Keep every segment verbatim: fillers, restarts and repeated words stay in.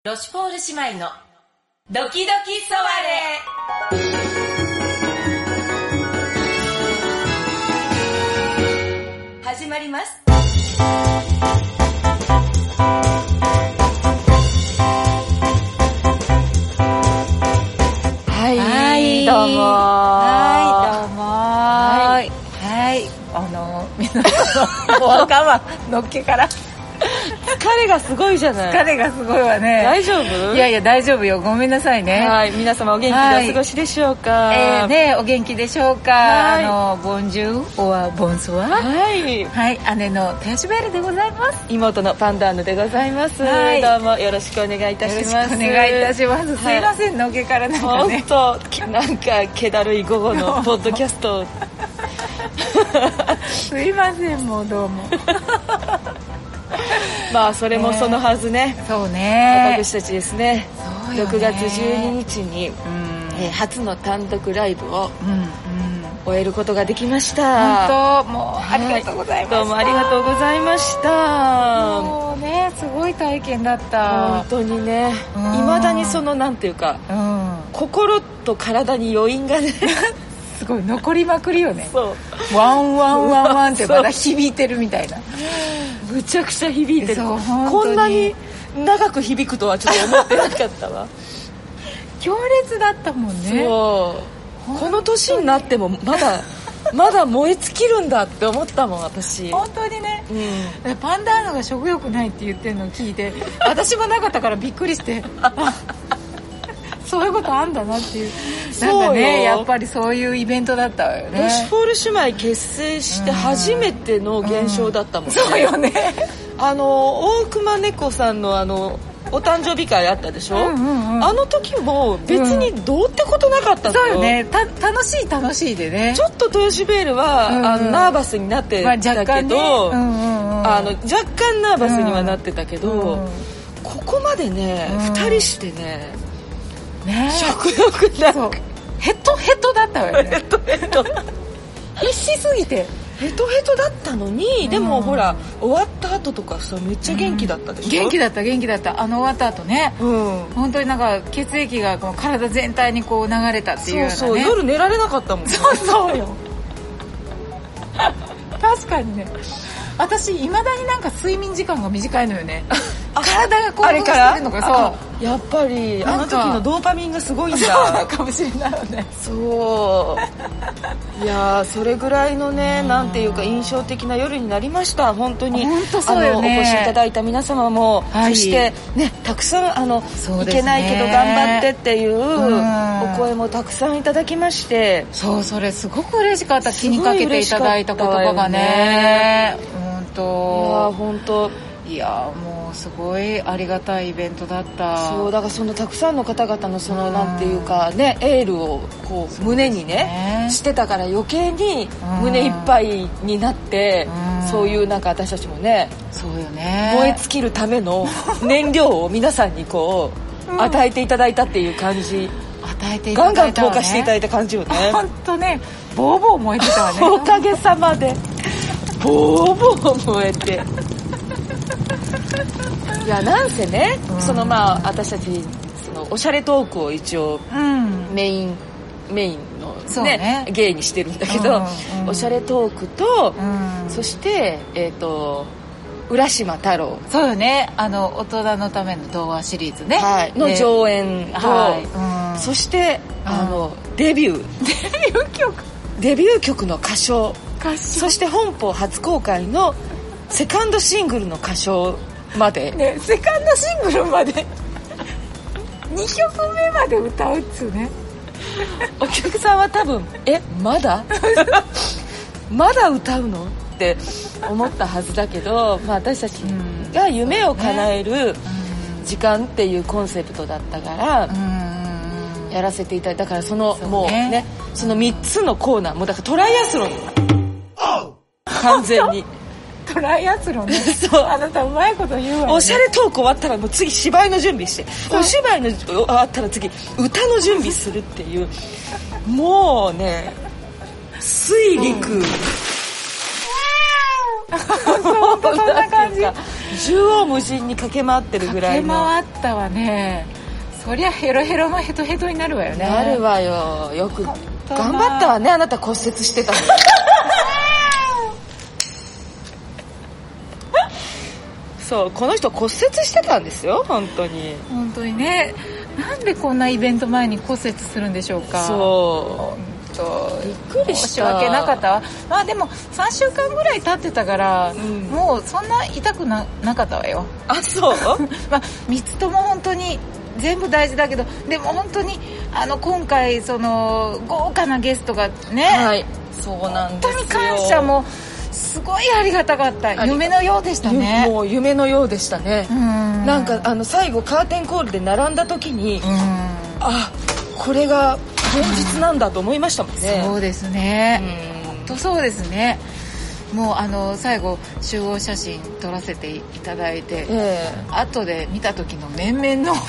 ロシュポール姉妹のドキドキソワレ始まります。 はい、 はい、 どうもはいどうもはい、 はい、あの皆さんのお頭のっけから疲れがすごいじゃない。 疲れがすごいわね。 大丈夫？ いやいや大丈夫よ、ごめんなさいね。 はい、皆様お元気でお過ごしでしょうか。はい、 えー、ね、お元気でしょうか。はい、あのボンジューオアボンソワ。 はいはい、姉のテアシュベールでございます。 妹のパンダーヌでございます。はい、どうもよろしくお願いいたします。 よろしくお願いいたします。すいません、のっけからなんかね。 本当なんか気だるい午後のポッドキャスト。 すいません、もうどうも。 まあそれもそのはずね。 そうね。 私たちですね。 そうよね。 ろくがつじゅうににちに、うんえー、初の単独ライブを終えることができました。 本当もうありがとうございました。 どうもありがとうございました。 もうね、すごい体験だった。 本当にね。いまだにそのなんていうか、うん、心と体に余韻がね。 すごい残りまくりよね。 そうワンワンワンワンってまだ響いてるみたいな。 むちゃくちゃ響いてる。こんなに長く響くとはちょっと思ってなかったわ。 強烈だったもんね。 そうこの年になってもまだまだ燃え尽きるんだって思ったもん私。 本当にね、うん、パンダーノが食欲ないって言ってるのを聞いて私もなかったからびっくりしてそういうことあんだなっていう。なんかね、やっぱりそういうイベントだったわよね。 ロシュポール姉妹結成して初めての現象だったもんね。 うんうん、そうよね。 あの大熊猫さんのあのお誕生日会あったでしょ、うんうんうん、あの時も別にどうってことなかったのよ、 うん、そうよね。た楽しい楽しいでね。 ちょっとトヨシベールは、うんうん、あのナーバスになってたけど、まあ、若干ね、うんうんうん、あの若干ナーバスにはなってたけど、うんうん、ここまでね、うん、ふたりしてね、ね、食欲なくヘトヘトだったわよね。 ヘトヘト必死すぎてヘトヘトだったのに、うん、でもほら終わった後とかさめっちゃ元気だったでしょ、うん、 元気だった元気だった。あの終わった後ね、うん、本当になんか血液がこの体全体にこう流れたっていうようなね。 そうそう、夜寝られなかったもんね。 そうそうよ確かにね。私いまだになんか睡眠時間が短いのよね。体がこう動してるのか。 そうやっぱりあの時のドーパミンがすごいんだ。 そうかもしれないよね。 そういやそれぐらいのね、なんていうか印象的な夜になりました。本当に本当そうよ、ね、 あのお越しいただいた皆様も、はい、そしてねたくさんあの、ね、いけないけど頑張ってっていうお声もたくさんいただきまして、 そうそれすごく嬉しかった。気にかけていただいた言葉がね。本当いや本当いやもうすごいありがたいイベントだった。 そうだからそのたくさんの方々のそのなんていうかねエールをこう胸にねしてたから余計に胸いっぱいになって、そういうなんか私たちもね、 そうよね、 燃え尽きるための燃料を皆さんにこう与えていただいたっていう感じ。 与えていただいた、ね、 ガンガン投下していただいた感じよね。 本当ね、ボーボー燃えてたわね。 おかげさまでボーボー燃えていやなんせね、うん、そのまあ私たちそのおしゃれトークを一応メイン、うん、メインの ね, ね芸にしてるんだけど、うんうん、おしゃれトークと、うん、そしてえっ、ー、と浦島太郎、 そうよね、あの大人のための童話シリーズね、 はい、の上演と、 はい、 うん、そしてあの、うん、デビューデビュー曲デビュー曲の歌唱、そして本邦初公開のセカンドシングルの歌唱まで、 ね、セカンドシングルまでにきょくめまで歌うっつうね。 お客さんは多分えまだまだ歌うのって思ったはずだけど、まあ、私たちが夢を叶える時間っていうコンセプトだったからやらせていただいた。だからそのそう、ね、もうねそのみっつのコーナーもうだからトライアスロン完全にトライアスロンね。そう、あなたうまいこと言うわ、ね、 おしゃれトーク終わったらもう次芝居の準備して、お芝居の終わったら次歌の準備するっていうもうね水陸、うん、 本当そんな感じ。 縦横無尽に駆け回ってるぐらいの。 駆け回ったわね。そりゃヘロヘロもヘトヘトになるわよね。 なるわよ。よく頑張ったわね。あなた骨折してたのにそう、この人骨折してたんですよ、本当に。 本当にね。なんでこんなイベント前に骨折するんでしょうか。 そうびっくりした。 申し訳なかったわ。まあでもさんしゅうかんぐらい経ってたから、うん、もうそんな痛く な, なかったわよ。 あ、そうまあみっつとも本当に全部大事だけど、でも本当にあの今回その豪華なゲストがね、はい、 そうなんですよ。 本当に感謝もすごいありがたかった。夢のようでしたね。 もう夢のようでしたね。うん、なんかあの最後カーテンコールで並んだ時に、うん、あ、これが現実なんだと思いましたもんね。 そうですね。本当そうですね。もうあの最後集合写真撮らせていただいて、えー、後で見た時の面々の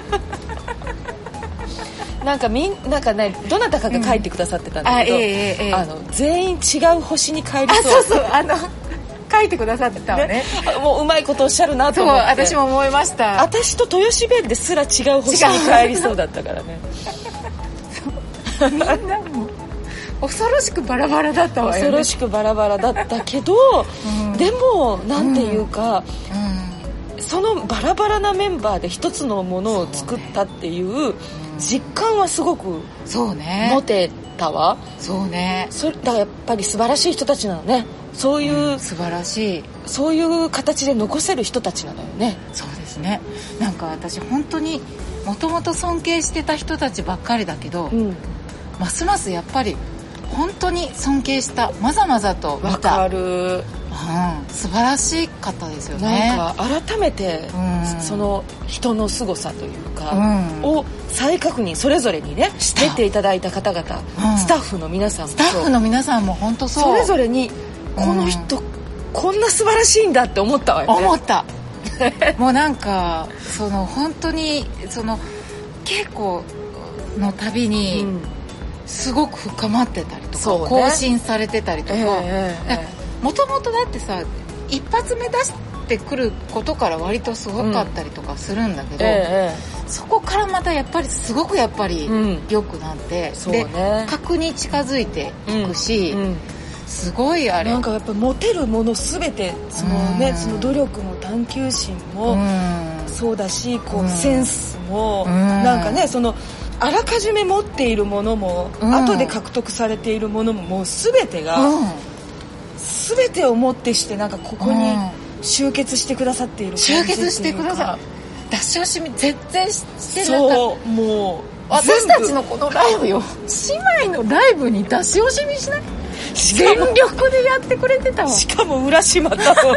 なんかみんなんかね、どなたかが書いてくださってたんだけど、うん、あ、えーえーえー、あの全員違う星に帰りそう。 あ、そうそう、あの書いてくださってたわね。ね、 もううまいことおっしゃるなと思って。 そう、私も思いました。 私と豊島弁ですら違う星に帰りそうだったからね。 みんなも恐ろしくバラバラだったわよね。 恐ろしくバラバラだったけど、うん、でもなんていうか、うんうん、そのバラバラなメンバーで一つのものを作ったっていう実感はすごく持てたわ。 そうね。 それだからやっぱり素晴らしい人たちなのね。そういう、うん、 素晴らしい、 そういう形で残せる人たちなのよね。 そうですね。なんか私本当にもともと尊敬してた人たちばっかりだけど、うん、ますますやっぱり本当に尊敬した。まざまざと見た。 わかる、うん、 素晴らしい方ですよね。 なんか改めて、うん、その人の凄さというか、うん、を再確認、それぞれにね出ていただいた方々、うん、スタッフの皆さんもスタッフの皆さんも本当そう、 それぞれにこの人、うん、こんな素晴らしいんだって思ったわよね。 思ったもうなんかその本当にその稽古のたびに、うん、すごく深まってたりとか、ね、更新されてたりとか、もともとだってさ一発目出してくることから割とすごかったりとかするんだけど、うんええ、そこからまたやっぱりすごくやっぱり良くなって、うん、で、ね、格に近づいていくし、うんうん、すごいあれなんかやっぱモテるもの全てその、ね、うん、その努力も探求心もそうだし、こう、うん、センスも、うん、なんかねそのあらかじめ持っているものも、うん、後で獲得されているものももう全てが、うん、全てをもってしてなんかここに集結してくださっている感じっていうか、 集結してくださる出し惜しみ全然してなかった。 そうもう私たちのこのライブよ、姉妹のライブに出し惜しみしない、全力でやってくれてたわ。 しかも浦島太郎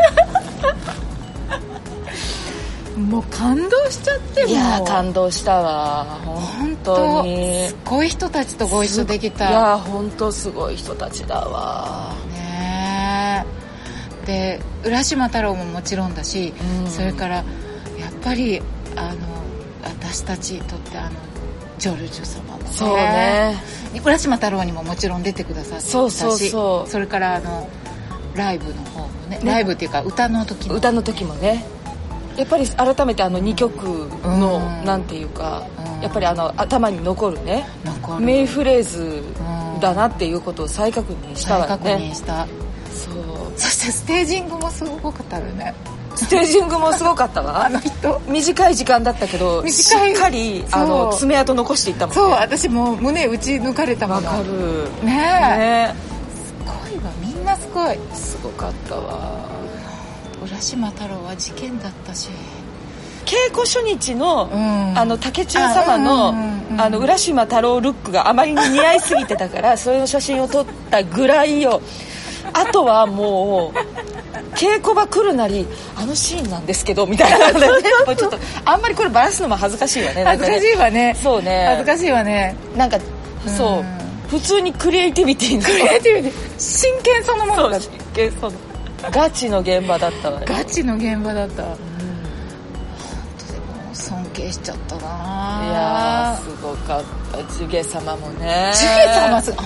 もう感動しちゃって。もういや感動したわ本当に。 すごい人たちとご一緒できた。 いや本当すごい人たちだわね。で浦島太郎ももちろんだし、うん、それからやっぱりあの私たちにとってあのジョルジュ様もね、 そうね、 浦島太郎にももちろん出てくださったし、 そうそうそう、 それからあのライブの方も ね, ねライブっていうか歌の時も歌の時もねやっぱり改めてあのにきょくの、うん、なんていうか、うん、やっぱりあの頭に残るね残る名フレーズだなっていうことを再確認したわね。 再確認した。 そう。 そしてステージングもすごかったよね。 ステージングもすごかったわあの人短い時間だったけどしっかりあの爪痕残していったもんね。 そう私もう胸打ち抜かれたもん。 わかるねえ、ねすごいわ、みんなすごいすごかったわ。 浦島太郎は事件だったし、 稽古初日の、うん、あの竹中様の、うんうんうん、あの浦島太郎ルックがあまりに似合いすぎてたからそういう写真を撮ったぐらいよ。あとはもう稽古場来るなりあのシーンなんですけどみたいなのでちょっとあんまりこれバラすのも恥ずかしいわね。 恥ずかしいわね。 そうね、 恥ずかしいわね。 なんかそう、うん、普通にクリエイティビティクリエイティビティ真剣そのものだ。 真剣そのガチの現場だったわね。 ガチの現場だった、うん、本当でも尊敬しちゃったな。 いやすごかった。ジュゲ様もね。 ジュゲ様あの人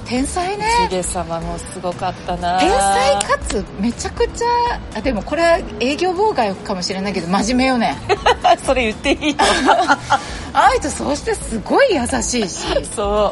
天才ね。 ジゲ様もすごかったな。 天才かつめちゃくちゃ、あでもこれは営業妨害かもしれないけど真面目よね。 それ言っていいの？ あいつそうしてすごい優しいし。 そう。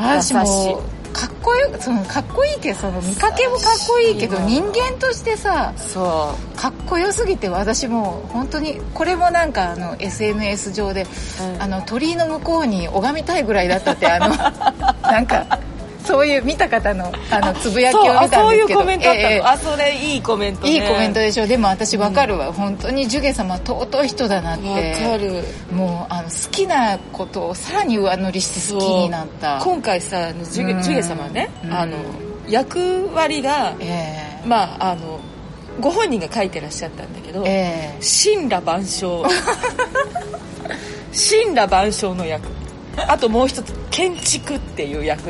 私もかっこよそのかっこいいけど、その見かけもかっこいいけど人間としてさ、 そうかっこよすぎて、私も本当にこれもなんかあの エスエヌエス 上で、うん、あの鳥居の向こうに拝みたいぐらいだったってあのなんかそういう見た方のあのつぶやきを見たんですけど、 そういうコメントあったの、 ええ、 あそれいいコメントね。 いいコメントでしょ。でも私分かるわ、うん、本当にジュゲ様尊い人だなって。 分かる。 もうあの好きなことをさらに上乗りして好きになった。 今回さジュゲ、うん、ジュゲ様ね、うん、あの役割が、えー、まああのご本人が書いてらっしゃったんだけど、えー、神羅万象神羅万象の役、あともう一つ建築っていう役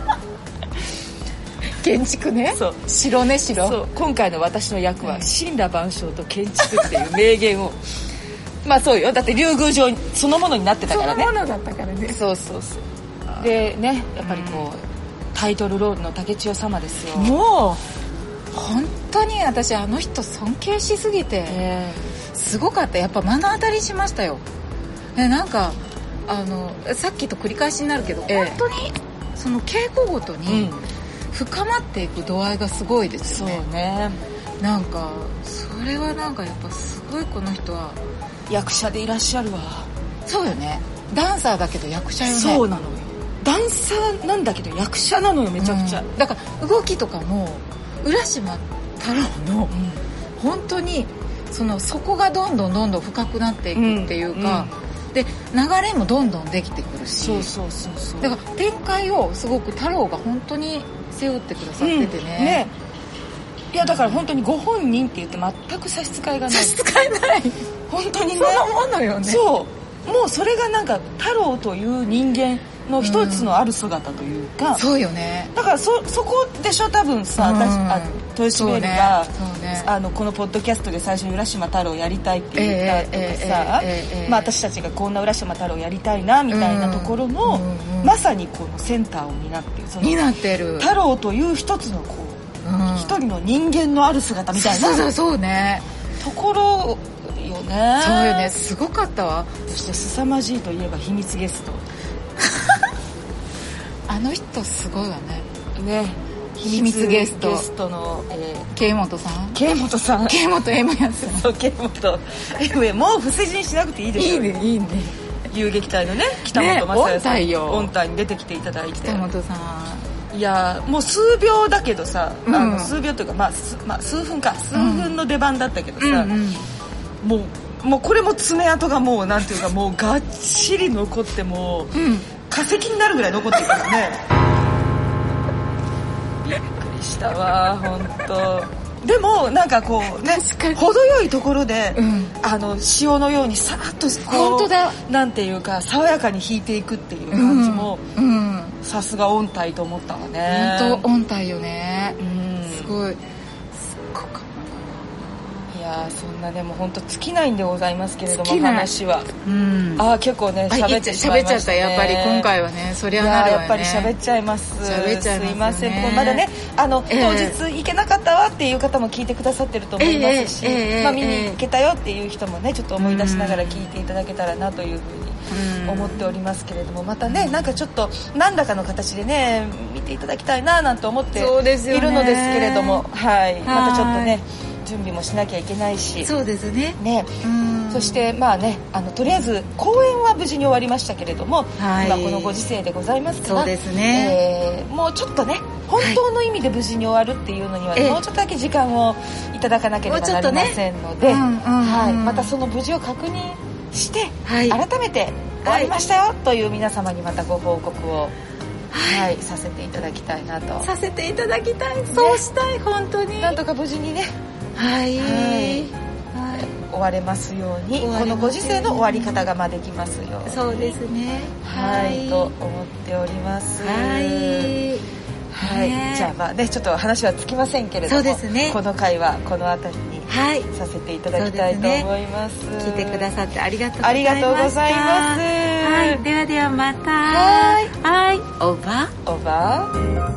建築ね。そう、城ね、城。そう、 今回の私の役は神羅万象と建築っていう名言をまあそうよ、だって竜宮城そのものになってたからね。 そのものだったからね。 そうそうそう。でね、やっぱりこう、うん、タイトルロールの竹千代様ですよ。 もう本当に私あの人尊敬しすぎて、えー、すごかった。やっぱ目の当たりしましたよ。えなんかあのさっきと繰り返しになるけど、えー、本当にその稽古ごとに、うん、深まっていく度合いがすごいですよね。 そうね。 なんかそれはなんかやっぱすごい、この人は役者でいらっしゃるわ。 そうよね。ダンサーだけど役者よね。 そうなのよ。ダンサーなんだけど役者なのよ、めちゃくちゃ、うん、 だから動きとかも浦島太郎の、うん、本当にその底がどんどんどんどん深くなっていくっていうか、うんうん、で流れもどんどんできてくるし、 そうそうそうそう、 だから展開をすごく太郎が本当に背負ってくださっててね、うん、ね、 いやだから本当にご本人って言って全く差し支えがない。 差し支えない本当にね、 そのものよね。 そう、もうそれがなんか太郎という人間の一つのある姿というか、 うん、そうよね。 だから そ, そこでしょ多分さ、うん、私あ豊島ベルが、ねね、あのこのポッドキャストで最初に浦島太郎やりたいって言ったとかさ、えーえーえーまあ、私たちがこんな浦島太郎やりたいなみたいなところの、うんうん、まさにこのセンターを担っている、その担ってる太郎という一つのこう、うん、一人の人間のある姿みたいな、 そうそうそうね、 ところよね。 そうよね、すごかったわ。 そして凄まじいといえば秘密ゲストあの人すごいわね。 ね、 秘密ゲスト。 ゲストの、えー、 慶本さん。 慶本さん。 慶本 M やつ。 そう、慶本 M。もう伏せ字にしなくていいでしょ。 いいね、いいね。 遊撃隊のね、北本雅也さん。 ね、音体よ。 音体に出てきていただいて。 北本さん。いやもう数秒だけどさ、うん、あの数秒というか、まあ、まあ、数分か、数分の出番だったけどさ、うんうん、もう、もうこれも爪痕がもうなんていうかもうがっちり残ってもう、うん、化石になるぐらい残ってるからね。びっくりしたわ本当。でもなんかこうね、程よいところで、うん、あの潮のようにさーっとこう、 本当だ、 なんていうか爽やかに引いていくっていう感じも、さすが音体と思ったわね。 本当音体よね、うん、すごい。 いやそんなでも本当尽きないんでございますけれども、話は、うん、あ結構ね喋ってしまいましたね。喋っちゃった、やっぱり今回はね、そりゃなるわよね。やっぱり喋っちゃいます。喋っちゃいます、ね、すいません。まだねあの、えー、当日行けなかったわっていう方も聞いてくださってると思いますし、えーえー、まあ、見に行けたよっていう人もねちょっと思い出しながら聞いていただけたらなというふうに思っておりますけれども、またねなんかちょっと何らかの形でね見ていただきたいななんて思っているのですけれども、はい、またちょっとね準備もしなきゃいけないし、 そうですね。 ね、そしてまあねあのとりあえず公演は無事に終わりましたけれども、はい、今このご時世でございますから、 そうですね、 えー、もうちょっとね本当の意味で無事に終わるっていうのには、はい、もうちょっとだけ時間をいただかなければなりませんので、ね、うんうんうん、はい、またその無事を確認して、はい、改めて終わりましたよ、はい、という皆様にまたご報告を、はいはい、させていただきたいなと。 させていただきたい、ね、そうしたい本当に。 なんとか無事にね、はい、はい、終われますように、このご時世の終わり方がまあできますように、 そうですね、 はい、はい、と思っております。はい、はい、ね、じゃあまあねちょっと話はつきませんけれども、そうですね、この回はこの辺りにさせていただきたいと思います。 聞いてくださってありがとうございました。 ありがとうございます。 はい、ではではまた。はい、はい、オーバーオーバー。